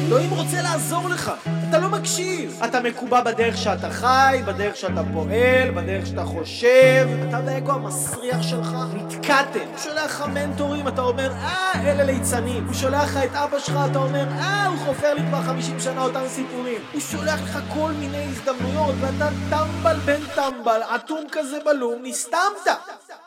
אלוהים רוצה לעזור לך, אתה לא מקשיב. אתה מקובע בדרך שאתה חי, בדרך שאתה פועל, בדרך שאתה חושב. אתה והאגו המסריח שלך נתקעתם. הוא שולח לך מנטורים, אתה אומר אלה ליצנים. הוא שולח לך את אבא שלך, אתה אומר הוא חופר לי כבר 50 שנה אותם סיפורים. הוא שולח לך כל מיני הזדמנויות ואתה טמבל בן טמבל, אטום כזה בלום, נסתמת.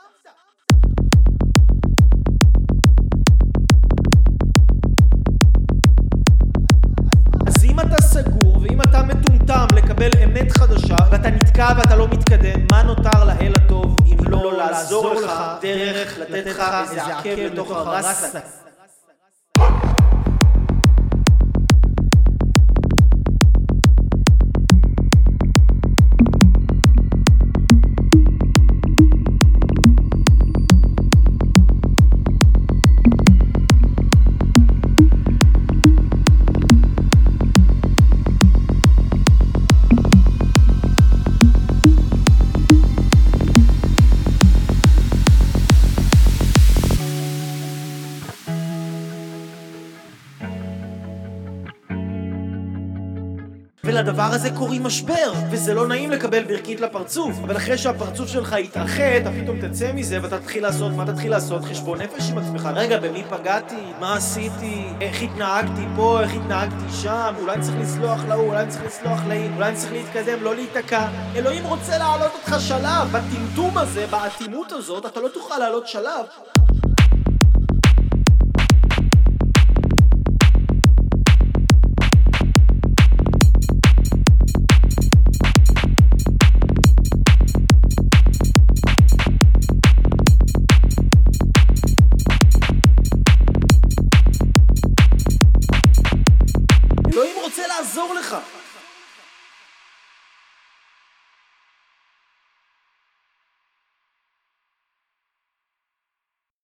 אם אתה סגור ואם אתה מטומטם לקבל אמת חדשה ואתה נתקע ואתה לא מתקדם, מה נותר לאל הטוב אם לא לעזור לך דרך לתת לך איזה עקב לתוך הרסק? ולדבר הזה קוראים משבר, וזה לא נעים לקבל ברכית לפרצוף, אבל אחרי שהפרצוף שלך יתרחד, אתה פתאום תצא מזה ואתה תתחיל לעשות, מה תתחיל לעשות? חשבון נפש עם עצמך. רגע, במי פגעתי? מה עשיתי? איך התנהגתי פה? איך התנהגתי שם? אולי אני צריך לסלוח להוא, אולי אני צריך לסלוח להיא, אולי אני צריך להתקדם, לא להיתקע. אלוהים רוצה להעלות אותך שלב. בטמטום הזה, באטימות הזאת, אתה לא תוכל לעלות שלב. אלוהים רוצה לעזור לך.